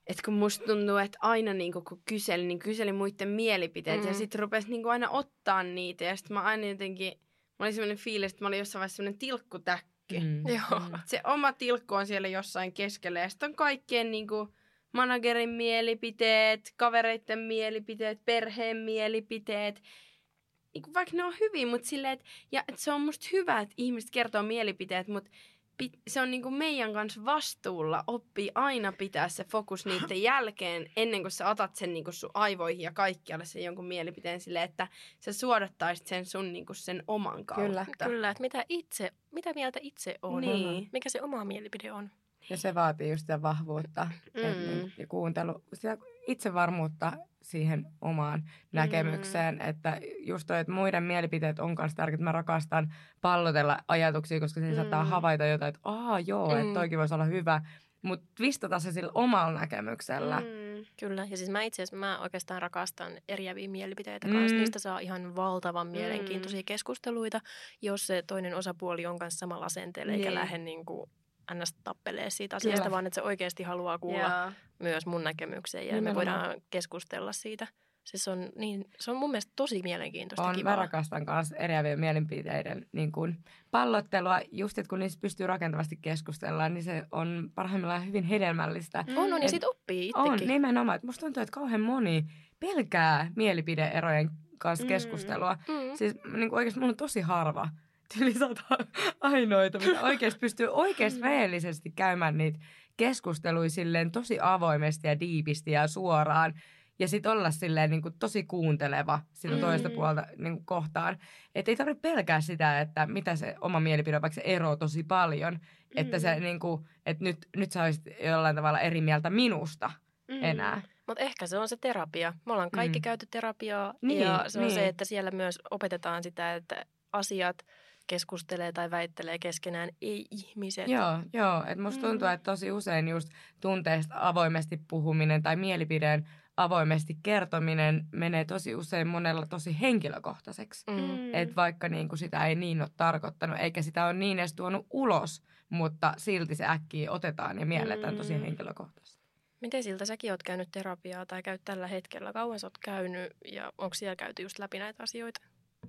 S4: että kun musta tuntuu, että aina niinku, kun kyseli, niin kyseli muiden mielipiteet. Mm. Ja sitten rupesi niinku aina ottaa niitä. Ja sitten mä aina jotenkin, mä olin semmoinen fiilis, että mä olin jossain vaiheessa semmoinen tilkkutäkki.
S3: Mm.
S2: Joo.
S4: Se oma tilkku on siellä jossain keskellä. Ja sitten on kaikkien niinku managerin mielipiteet, kavereiden mielipiteet, perheen mielipiteet. Niinku, vaikka ne on hyviä, mutta silleen, että ja, et se on musta hyvä, että ihmiset kertoo mielipiteet, mutta pit, se on niinku meidän kanssa vastuulla oppii aina pitää se fokus niiden jälkeen, ennen kuin sä otat sen niinku sun aivoihin ja kaikkialle sen jonkun mielipiteen silleen, että sä suodattaisit sen sun niinku sen oman kautta.
S3: Kyllä.
S2: Kyllä, että mitä, itse, mitä mieltä itse on,
S4: Niin.
S2: mikä se oma mielipide on.
S3: Ja se vaatii just sitä vahvuutta
S4: Mm.
S3: et, ja kuuntelu, sitä itsevarmuutta siihen omaan näkemykseen. Mm. Että just toi, että muiden mielipiteet on myös tärkeitä. Mä rakastan pallotella ajatuksia, koska siinä mm. saattaa havaita jotain, että aah joo, mm. että toikin voisi olla hyvä. Mutta twistata se sillä omalla näkemyksellä.
S4: Mm.
S2: Kyllä, ja siis mä itse asiassa mä oikeastaan rakastan eriäviä mielipiteitä
S3: Mm.
S2: kanssa. Niistä saa ihan valtavan mielenkiintoisia keskusteluita, jos se toinen osapuoli on kanssa samalla asenteella, eikä
S4: Niin.
S2: lähde niin kuin ns. Tappelee siitä asiasta,
S3: Kyllä.
S2: vaan että se oikeasti haluaa kuulla
S4: Joo.
S2: myös mun näkemykseen ja
S3: Nimenomaan.
S2: me voidaan keskustella siitä. Siis se on, niin, se on mun mielestä tosi mielenkiintoista
S3: On,
S2: kivaa.
S3: mä rakastan myös eriävien mielipiteiden niin kuin pallottelua. Just, että kun niistä pystyy rakentavasti keskustella, niin se on parhaimmillaan hyvin hedelmällistä.
S4: Mm.
S2: On, on, ja
S3: Et
S2: sit oppii
S3: On,
S2: itsekin.
S3: nimenomaan. Että musta tuntuu, että kauhean moni pelkää mielipide-erojen kanssa
S4: Mm.
S3: keskustelua.
S2: Mm.
S3: Siis niin kuin oikeasti mulla on tosi harva. Yli sata ainoita, mitä oikeasti pystyy oikeasti rehellisesti käymään niitä keskusteluja silleen tosi avoimesti ja diipisti ja suoraan. Ja sitten olla silleen niin kuin tosi kuunteleva sitä
S2: Mm.
S3: toista puolta niin kuin kohtaan. Että ei tarvitse pelkää sitä, että mitä se oma mielipide on, vaikka se eroo tosi paljon. Mm. Että, se, niin kuin, että nyt, nyt sä olisit jollain tavalla eri mieltä minusta
S4: Mm.
S3: enää.
S2: Mutta ehkä se on se terapia. Me ollaan kaikki
S3: Mm.
S2: käyty terapiaa
S3: Niin,
S2: ja se on
S3: niin.
S2: se, että siellä myös opetetaan sitä, että asiat keskustelee tai väittelee keskenään, ei ihmiset.
S3: Joo, joo. Että musta tuntuu,
S2: Mm.
S3: että tosi usein just tunteista avoimesti puhuminen tai mielipideen avoimesti kertominen menee tosi usein monella tosi henkilökohtaiseksi.
S2: Mm.
S4: Mm.
S3: Että vaikka niinku sitä ei niin ole tarkoittanut, eikä sitä ole niin edes tuonut ulos, mutta silti se äkkiä otetaan ja mielletään tosi
S4: Mm.
S3: henkilökohtaisesti.
S2: Miten siltä säkin oot käynyt terapiaa tai käyt tällä hetkellä? Kauan sä oot käynyt ja onko siellä käyty just läpi näitä asioita?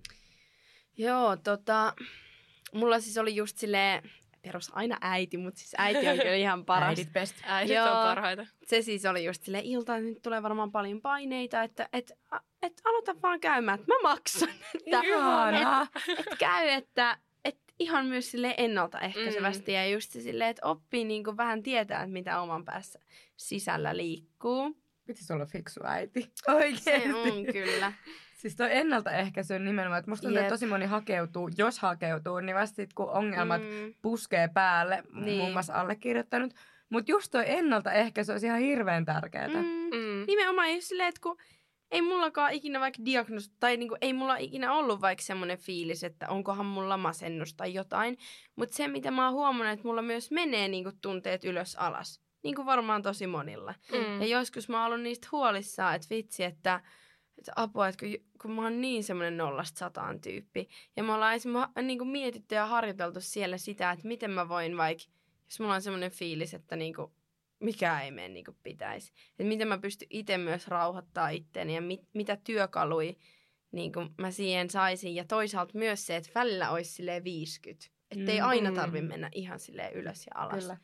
S4: Joo, tota, mulla siis oli just silleen, perus aina äiti, mutta siis äiti on kyllä ihan paras.
S3: Äidit best.
S2: Äidit
S4: Joo.
S2: on parhaita.
S4: Se siis oli just silleen ilta, että nyt tulee varmaan paljon paineita, että et, a- et aloita vaan käymään, että mä maksan. Että
S3: Ihanaa.
S4: et käy, että et ihan myös sille ennaltaehkäisevästi mm. ja just se silleen, että oppii niinku vähän tietää, että mitä oman päässä sisällä liikkuu.
S3: Pitäisi olla fiksu äiti.
S4: Se
S3: Oikeesti.
S4: on kyllä.
S3: Siis toi ennaltaehkäisy on nimenomaan, että musta tuntuu, että
S4: Jep.
S3: tosi moni hakeutuu, jos hakeutuu, niin vasta sit, kun ongelmat
S4: Mm.
S3: puskee päälle,
S4: Niin.
S3: muun muassa allekirjoittanut. Mutta just toi ennaltaehkäisy olisi ihan hirveän tärkeää.
S4: Mm.
S2: Mm.
S4: Nimenomaan just silleen, että kun ei mullakaan ikinä vaikka diagnoos, tai niinku, ei mulla ikinä ollut vaikka semmoinen fiilis, että onkohan mulla masennus tai jotain. Mutta se, mitä mä oon huomannut, että mulla myös menee niinku tunteet ylös alas. Niin kuin varmaan tosi monilla.
S2: Mm.
S4: Ja joskus mä oon ollut niistä huolissaan, että vitsi, että, että apua, että kun, kun mä oon niin semmoinen nollasta sataan tyyppi. Ja me ollaan esimerkiksi niin kuin mietitty ja harjoiteltu siellä sitä, että miten mä voin vaikka, jos mulla on semmoinen fiilis, että niin kuin, mikä ei mene niin kuin pitäisi. Että miten mä pystyn itse myös rauhoittaa itteeni ja mit, mitä työkaluja niin kuin mä siihen saisin. Ja toisaalta myös se, että välillä olisi silleen viisikymmentä. Että ei
S3: Mm.
S4: aina tarvitse mennä ihan silleen ylös ja alas.
S3: Kyllä.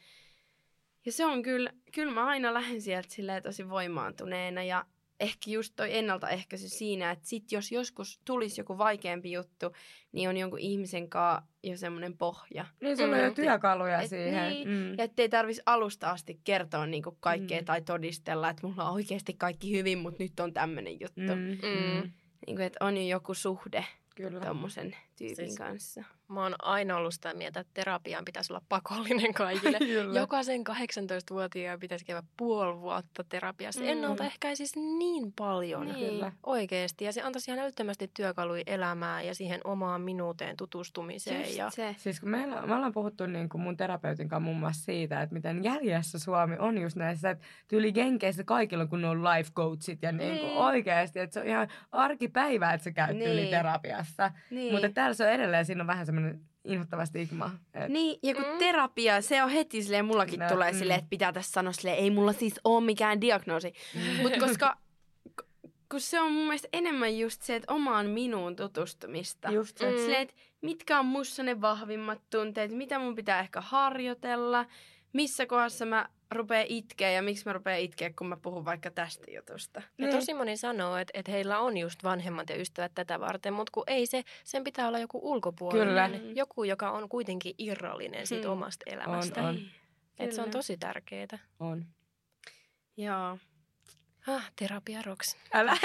S4: Ja se on kyllä, kyllä mä aina lähden sieltä silleen tosi voimaantuneena ja ehkä just toi ennaltaehkäisy siinä, että sit jos joskus tulisi joku vaikeampi juttu, niin on jonkun ihmisen kanssa jo semmoinen pohja.
S3: Niin sulla on jo
S2: Mm.
S3: työkaluja
S4: Et
S3: siihen.
S4: niin,
S3: Mm.
S4: Ja ettei tarvitsisi alusta asti kertoa niinku kaikkea
S3: Mm.
S4: tai todistella, että mulla on oikeasti kaikki hyvin, mutta nyt on tämmöinen juttu. Mm.
S3: Mm.
S2: Mm.
S3: Mm.
S4: Niinku, että on jo joku suhde
S3: Kyllä.
S4: tommosen tyypin
S2: Siis-
S4: kanssa.
S2: Mä oon aina ollut sitä mieltä, että terapiaan pitäisi olla pakollinen kaikille.
S3: Kyllä.
S2: Jokaisen kahdeksantoistavuotiaan pitäisi käydä puoli vuotta terapiassa.
S4: Mm.
S2: Mm. Ennaltaehkäisisi niin paljon.
S4: Niin.
S3: Kyllä.
S2: Oikeesti. Ja se antaisi ihan älyttömästi työkaluja elämään ja siihen omaan minuuteen tutustumiseen.
S4: Just
S2: Ja...
S4: se.
S3: Siis kun meillä, me ollaan puhuttu niin kuin mun terapeutin kanssa muun muassa siitä, että miten jäljessä Suomi on just näissä, että tyyli Jenkeissä kaikilla kun on life coachit ja niin kuin
S4: Niin.
S3: oikeasti, että se on ihan arkipäivää, että sä käyt
S4: Niin.
S3: tyyli terapiassa.
S4: Niin.
S3: Mutta täällä se on edelleen, siinä on vähän semmoinen semmoinen inhottava stigma. Et...
S4: Niin, ja kun
S2: Mm.
S4: terapia, se on heti silleen, mullakin
S3: No,
S4: tulee
S3: mm.
S4: silleen, että pitää tässä sanoa silleen, ei mulla siis ole mikään diagnoosi.
S3: Mm.
S4: Mutta koska, kun se on mun mielestä enemmän just se, että omaan minuun tutustumista.
S3: Just se.
S4: Mm. Silleen, että mitkä on mussa ne vahvimmat tunteet, mitä mun pitää ehkä harjoitella, missä kohdassa mä rupean itkeä ja miksi mä rupean itkeä, kun mä puhun vaikka tästä jutusta.
S2: Ja tosi moni sanoo, että, että heillä on just vanhemmat ja ystävät tätä varten, mutta kun ei se, sen pitää olla joku ulkopuolinen.
S3: Kyllä.
S2: Joku, joka on kuitenkin irrallinen siitä
S4: Mm.
S2: omasta elämästä.
S3: On, on.
S2: Että se on
S4: Kyllä.
S2: tosi tärkeää.
S3: On.
S4: Joo.
S2: Ah, terapia rocks.
S3: Älä.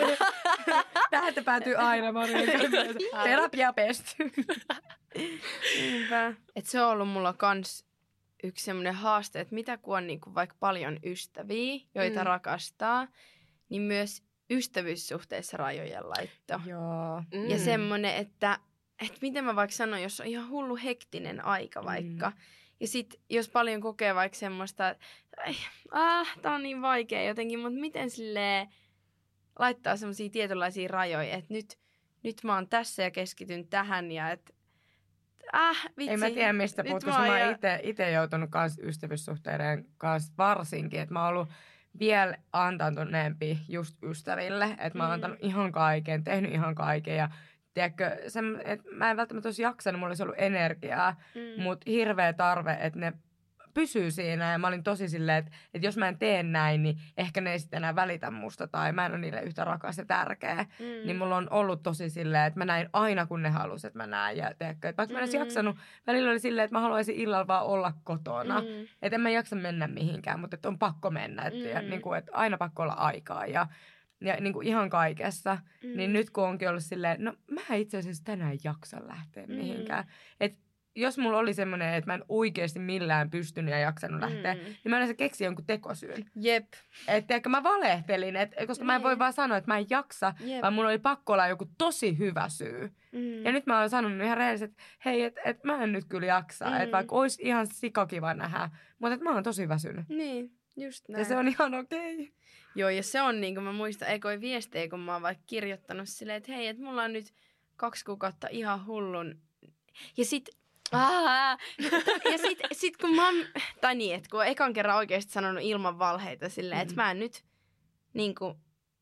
S3: Tähän päätyy aina, Maria. Terapia best.
S4: Niinpä. Et se on ollut mulla kans yksi semmoinen haaste, että mitä kun on niinku vaikka paljon ystäviä, joita
S2: Mm.
S4: rakastaa, niin myös ystävyyssuhteissa rajojen laitto.
S3: Joo.
S2: Mm.
S4: Ja semmoinen, että, että miten mä vaikka sanon, jos on ihan hullu hektinen aika vaikka. Mm. Ja sit jos paljon kokee vaikka semmoista, että ai, ah, tää on niin vaikea jotenkin, mutta miten silleen laittaa semmoisia tietynlaisia rajoja, että nyt, nyt mä oon tässä ja keskityn tähän ja että ah, vitsi.
S3: Ei mä tiedä, mistä
S4: Nyt
S3: puhut,
S4: mä
S3: koska mä
S4: oon
S3: oon
S4: jo-
S3: ite, ite joutunut kans ystävyyssuhteiden kanssa varsinkin. Että mä oon ollut vielä antautuneempi just ystäville. Että mä oon
S4: Mm.
S3: antanut ihan kaiken, tehnyt ihan kaiken. Ja tiedätkö, sen, että mä en välttämättä olisi jaksanut, mulla olisi ollut energiaa.
S4: Mm.
S3: Mutta hirveä tarve, että ne pysyy siinä. Ja mä olin tosi silleen, että, että jos mä en tee näin, niin ehkä ne ei sitten enää välitä musta. Tai mä en ole niille yhtä rakas ja tärkeä.
S4: Mm.
S3: Niin mulla on ollut tosi silleen, että mä näin aina kun ne halusi, että mä näin. Ja tiedätkö, että vaikka mä en edes
S4: Mm.
S3: jaksanut, välillä oli silleen, että mä haluaisin illalla vaan olla kotona. Mm.
S4: Mm.
S3: Että en mä jaksa mennä mihinkään, mutta että on pakko mennä. Että,
S4: Mm.
S3: ja, niin kuin, että aina pakko olla aikaa ja, ja niin kuin ihan kaikessa.
S4: Mm.
S3: Niin nyt kun onkin ollut silleen, no mä itse asiassa tänään jaksa lähteä
S4: Mm.
S3: mihinkään. Että jos mulla oli semmoinen, että mä en oikeasti millään pystynyt ja jaksanut lähteä,
S4: Mm.
S3: niin mä yleensä keksin jonkun tekosyyn.
S4: Jep.
S3: Että ehkä mä valehtelin, et, koska mä en voi
S4: Niin.
S3: vaan sanoa, että mä en jaksa,
S4: Jep.
S3: vaan mulla oli pakko olla joku tosi hyvä syy.
S4: Mm.
S3: Ja nyt mä oon sanonut ihan rehellisesti, että hei, että et mä en nyt kyllä jaksa.
S4: Mm.
S3: Että vaikka olisi ihan sikakiva nähdä, mutta että mä oon tosi väsynyt.
S4: Niin, just näin.
S3: Ja se on ihan okei. Okay.
S4: Joo, ja se on niin kuin mä muistan ekoi viestejä, kun mä oon vaikka kirjoittanut silleen, että hei, että mulla on nyt kaksi kuukautta ihan hullun. Ja sit, aah, ja sit, sit kun mä oon, tai niin, että kun oon ekan kerran oikeasti sanonut ilman valheita silleen, että
S3: Mm.
S4: mä en nyt niin kuin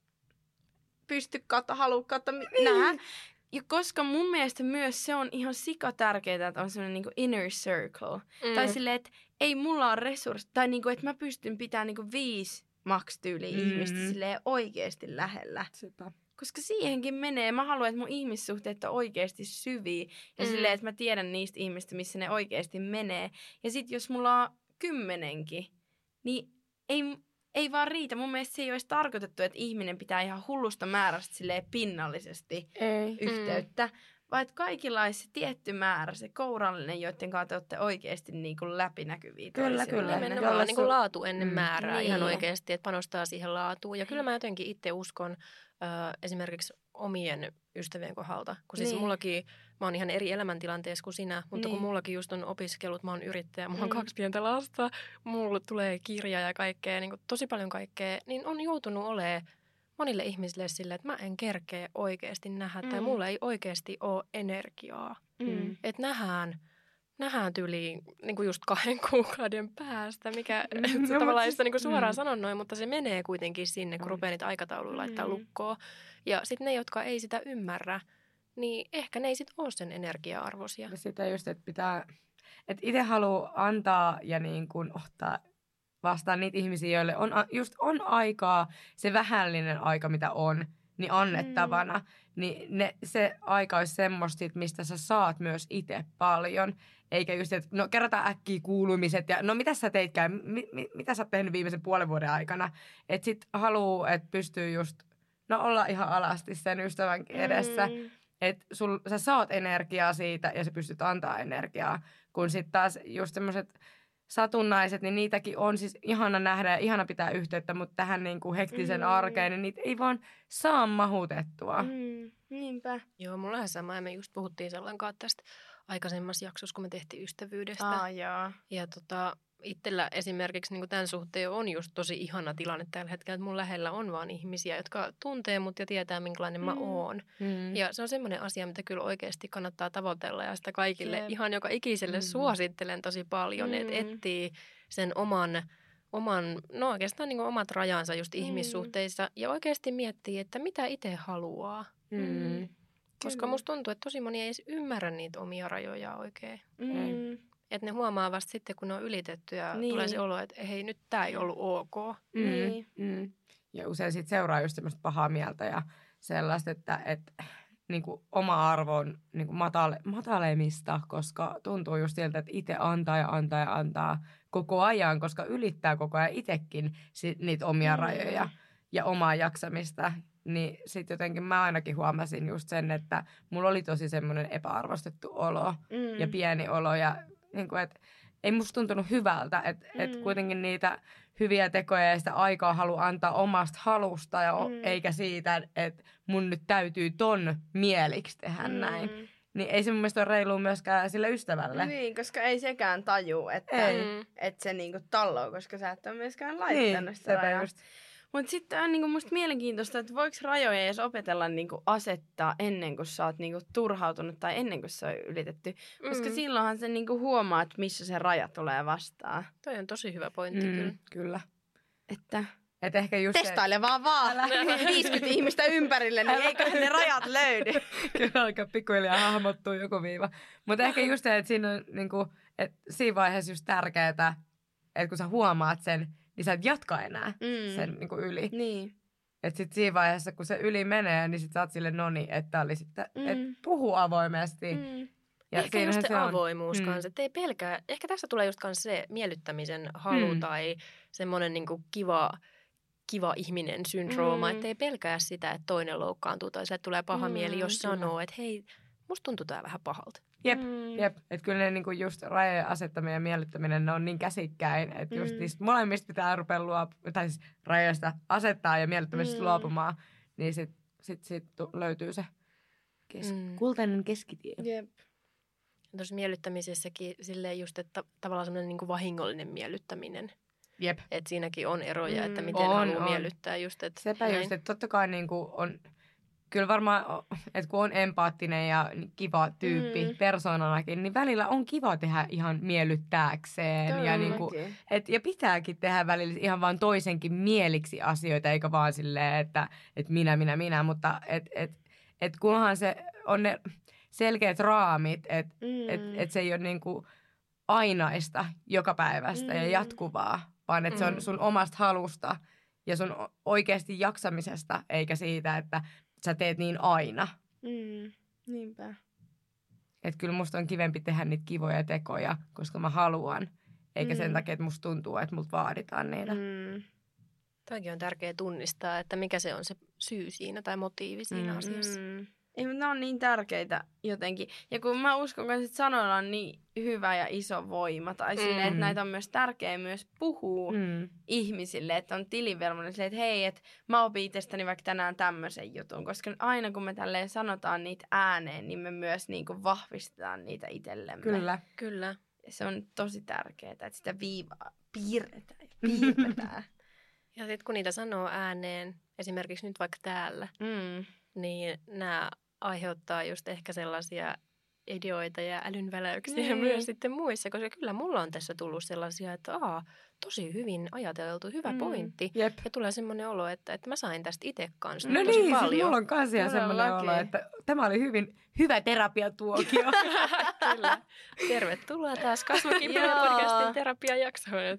S4: pysty kautta, halua kautta niin. nähdä. Ja koska mun mielestä myös se on ihan sika tärkeää, että on semmoinen niin kuin inner circle.
S2: Mm.
S4: Tai silleen, että ei mulla ole resurssit, tai niinku, että mä pystyn pitämään niinku viisi maks-tyyliä
S3: Mm.
S4: ihmistä silleen oikeasti lähellä.
S3: Sepä.
S4: Koska siihenkin menee. Mä haluan, että mun ihmissuhteet on oikeasti syviä. Ja
S2: Mm.
S4: silleen, että mä tiedän niistä ihmistä, missä ne oikeasti menee. Ja sit jos mulla on kymmenenkin, niin ei, ei vaan riitä. Mun mielestä se ei olisi tarkoitettu, että ihminen pitää ihan hullusta määrästä silleen pinnallisesti
S3: Ei.
S4: yhteyttä. Vaan että kaikilla olisi se tietty määrä, se kourallinen, joiden kanssa te olette oikeasti niin kuin läpinäkyviä.
S3: Kyllä,
S4: toisilleen.
S3: kyllä.
S2: Nimenomaan
S3: Jolle
S2: niin kuin
S3: su-
S2: laatu ennen
S3: Mm.
S2: määrää
S4: Niin.
S2: ihan oikeasti, että panostaa siihen laatuun. Ja kyllä mä jotenkin itse uskon äh, esimerkiksi omien ystävien kohdalta. Kun siis
S4: Niin.
S2: mullakin, mä oon ihan eri elämäntilanteessa kuin sinä, mutta
S4: Niin.
S2: kun mullakin just on opiskellut, mä oon yrittäjä, mulla on
S4: Mm.
S2: kaksi pientä lasta, mulla tulee kirja ja kaikkea, niin kuin tosi paljon kaikkea, niin on joutunut olemaan monille ihmisille silleen, että mä en kerkeä oikeasti nähdä, tai
S4: Mm.
S2: mulla ei oikeasti ole energiaa.
S4: Mm.
S2: Että nähdään, nähdään tyyliin niin kuin just kahden kuukauden päästä, mikä
S3: Mm,
S2: mm,
S3: no,
S2: tavallaan
S3: mut
S2: ei
S3: siis-
S2: sitä niin kuin suoraan
S3: mm.
S2: sanon noin, mutta se menee kuitenkin sinne, kun
S3: On.
S2: rupeaa niitä aikatauluja laittaa
S4: Mm.
S2: lukkoon. Ja sitten ne, jotka ei sitä ymmärrä, niin ehkä ne ei sitten ole sen energia-arvoisia.
S3: Ja sitä just, että pitää, että itse haluaa antaa ja niin kuin ottaa vastaan niitä ihmisiä, joille on a- just on aikaa, se vähällinen aika, mitä on, niin annettavana. Mm. Niin ne, se aika olisi semmoista, sit, mistä sä saat myös itse paljon. Eikä just, että no kerrotaan äkkiä kuulumiset ja no mitä sä teitkään, mi, mi, mitä sä oot tehnyt viimeisen puolen vuoden aikana. Että sit haluu, että pystyy just, no olla ihan alasti sen ystävän edessä.
S4: Mm.
S3: Että sä saat energiaa siitä ja sä pystyt antaa energiaa. Kun sitten taas just semmoiset satunnaiset, niin niitäkin on siis ihana nähdä ja ihana pitää yhteyttä, mutta tähän niinku hektisen
S4: Mm.
S3: arkeen, niin niitä ei vaan saa mahutettua.
S4: Mm. Niinpä.
S2: Joo, mulla on sama, ja me just puhuttiin sellainen kanssa tästä aikaisemmassa jaksossa, kun me tehtiin ystävyydestä.
S4: Aa, joo.
S2: Ja tota, itsellä esimerkiksi niin tämän suhteen on just tosi ihana tilanne tällä hetkellä, että mun lähellä on vaan ihmisiä, jotka tuntee mut ja tietää, minkälainen mm. mä oon. Mm. Ja se on semmoinen asia, mitä kyllä oikeasti kannattaa tavoitella ja sitä kaikille Jep. ihan joka ikiselle mm. suosittelen tosi paljon, mm. että etsii sen oman, oman no oikeastaan niin kuin omat rajansa just mm. ihmissuhteissa ja oikeasti miettii, että mitä itse haluaa. Mm. Koska musta tuntuu, että tosi moni ei edes ymmärrä niitä omia rajoja oikein. Mm. Että ne huomaa vasta sitten, kun ne on ylitetty ja niin. tulee se olo, että hei, nyt tää ei ollut ok.
S3: Mm. Niin. Mm. Ja usein sit seuraa just semmoista pahaa mieltä ja sellaista, että et, niinku, oma arvo on niinku, matale, matalemista, koska tuntuu just siltä, että itse antaa ja antaa ja antaa koko ajan, koska ylittää koko ajan itsekin sit, niitä omia mm. rajoja ja omaa jaksamista. Niin sitten jotenkin mä ainakin huomasin just sen, että mulla oli tosi semmoinen epäarvostettu olo mm. ja pieni olo ja niin kuin, että ei musta tuntunut hyvältä, että mm. et kuitenkin niitä hyviä tekoja ja sitä aikaa haluaa antaa omasta halusta ja mm. eikä siitä, että mun nyt täytyy ton mieliksi tehdä mm. näin. Niin ei se mun mielestä ole reilua myöskään sille ystävälle.
S4: Niin, koska ei sekään taju, että, että se niinku talloo, koska sä et ole myöskään laittanut
S3: niin,
S4: sitä rajaa. Mutta sitten on niinku musta mielenkiintoista, että voiko rajoja edes opetella niinku asettaa ennen kuin sä oot niinku turhautunut tai ennen kuin se on ylitetty. Mm. Koska silloinhan se niinku huomaa, että missä se raja tulee vastaan.
S2: Toi on tosi hyvä pointti
S3: mm,
S2: kyllä.
S3: Kyllä.
S4: Että
S3: et ehkä just
S4: testaile se... vaan vaan. viisikymmentä ihmistä ympärille, niin eiköhän ne rajat löydy.
S3: Kyllä alkaa pikkuhiljaa hahmottua joku viiva. Mutta ehkä just se, että siinä on niinku, että siinä vaiheessa just tärkeää, että kun sä huomaat sen, niin sä et jatka enää mm. sen niin kuin yli.
S4: Niin.
S3: Että sit siinä vaiheessa, kun se yli menee, niin sit sä oot sille noni, että oli sitten, mm. että puhuu avoimesti. Mm.
S2: Ja ehkä just se, se avoimuus on. Kanssa, että ei pelkää. Ehkä tässä tulee just kanssa se miellyttämisen halu mm. tai semmoinen niin kuin kiva, kiva ihminen syndrooma, mm. että ei pelkää sitä, että toinen loukkaantuu tai sille tulee paha mm, mieli, jos kyllä. sanoo, että hei, musta tuntuu tää vähän pahalta.
S3: Jep, mm. jep. Että kyllä ne niinku just rajojen asettaminen ja miellyttäminen, ne on niin käsikkäin, että just mm. niistä molemmista pitää rupea luopumaan, tai siis rajoista asettaa ja miellyttämisestä mm. luopumaan, niin sit, sit, sit löytyy se kes- mm. kultainen keskitie.
S4: Jep.
S2: Tuossa miellyttämisessäkin silleen just, että tavallaan semmoinen niinku vahingollinen miellyttäminen.
S3: Jep.
S2: Että siinäkin on eroja, mm. että miten
S3: on,
S2: haluaa
S3: on.
S2: miellyttää just. Että
S3: sepä näin. Just, että totta kai niinku on... Kyllä varmaan, että kun on empaattinen ja kiva tyyppi mm. persoonanakin, niin välillä on kiva tehdä ihan miellyttääkseen. Ja, niin kuin, et, ja pitääkin tehdä välillä ihan vaan toisenkin mieliksi asioita, eikä vaan silleen, että et minä, minä, minä. Mutta et, et, et kunhan se on ne selkeät raamit, että mm. et, et se ei ole niin kuin ainaista joka päivästä mm. ja jatkuvaa, vaan että mm. se on sun omasta halusta ja sun oikeasti jaksamisesta, eikä siitä, että sä teet niin aina.
S4: Mm, niinpä.
S3: Että kyllä musta on kivempi tehdä niitä kivoja tekoja, koska mä haluan. Eikä mm. sen takia, että musta tuntuu, että multa vaaditaan niitä. Mm.
S2: Toikin on tärkeää tunnistaa, että mikä se on se syy siinä tai motiivi siinä mm. asiassa. Mm.
S4: Ei, mutta ne on niin tärkeitä jotenkin. Ja kun mä uskon myös, että sanoilla on niin hyvä ja iso voima. Tai mm. silleen, että näitä on myös tärkeää myös puhua mm. ihmisille. Että on tilivelvollinen silleen, että hei, että mä opin itsestäni vaikka tänään tämmöisen jutun. Koska aina kun me tälleen sanotaan niitä ääneen, niin me myös niin kuin vahvistetaan niitä itsellemme.
S3: Kyllä.
S2: Kyllä.
S4: Ja se on tosi tärkeää, että sitä viivaa piirretään ja piirretään.
S2: Ja sitten kun niitä sanoo ääneen, esimerkiksi nyt vaikka täällä, mm. niin nämä aiheuttaa just ehkä sellaisia ideoita ja älynväläyksiä mm. myös sitten muissa, koska kyllä mulla on tässä tullut sellaisia, että aa, tosi hyvin ajateltu, hyvä mm. pointti.
S3: Jep.
S2: Ja tulee semmoinen olo, että, että mä sain tästä itse kanssa
S3: no
S2: tosi
S3: niin,
S2: paljon.
S3: Siis mulla on kanssa ihan semmoinen olo, että tämä oli hyvin hyvä terapiatuokio.
S2: Kyllä. Tervetuloa taas Kasvukipuja podcastin terapiajaksoon.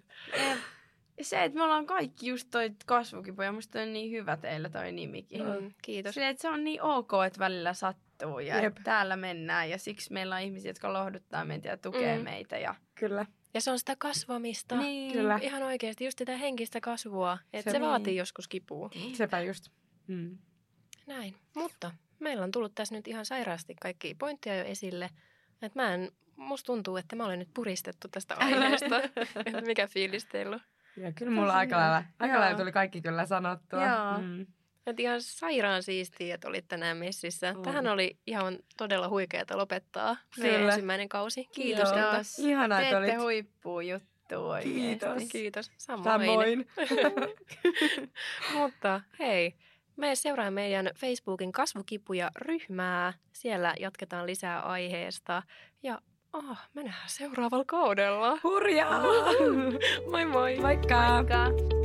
S4: Se, että me ollaan kaikki just toi kasvukipuja, musta on niin hyvä teillä toi nimikin.
S2: Mm, kiitos.
S4: Se, että se on niin ok, että välillä sattuu ja että täällä mennään ja siksi meillä on ihmisiä, jotka lohduttaa meitä ja tukee mm. meitä. Ja...
S3: Kyllä.
S2: Ja se on sitä kasvamista.
S4: Niin.
S3: Kyllä.
S2: Ihan oikeasti just sitä henkistä kasvua. Että se, se
S3: niin.
S2: vaatii joskus kipua.
S3: Sepä just. Mm.
S2: Näin. Mutta meillä on tullut tässä nyt ihan sairaasti kaikki pointteja jo esille. Että mä en, musta tuntuu, että mä olen nyt puristettu tästä aiheesta. Mikä fiilis teillä on?
S3: Ja kyllä mulla aika lailla, aika lailla tuli kaikki kyllä sanottua.
S2: Joo. Mm. Et ihan sairaan siistiä, että olit tänään messissä. Mm. Tähän oli ihan todella huikeata lopettaa meidän ensimmäinen kausi. Kiitos.
S4: Kiitos.
S3: Ihanaa, että
S4: teette
S3: olit.
S4: huippua juttuja. vittu oikeesti.
S3: Kiitos.
S2: Kiitos. Samoin.
S3: Samoin.
S2: Mutta hei, me seuraa meidän Facebookin kasvukipuja ryhmää. Siellä jatketaan lisää aiheesta. Ja oh, me nähdään seuraavalla kaudella.
S3: Hurjaa!
S2: Moi moi!
S3: Moikka!
S4: Moikka!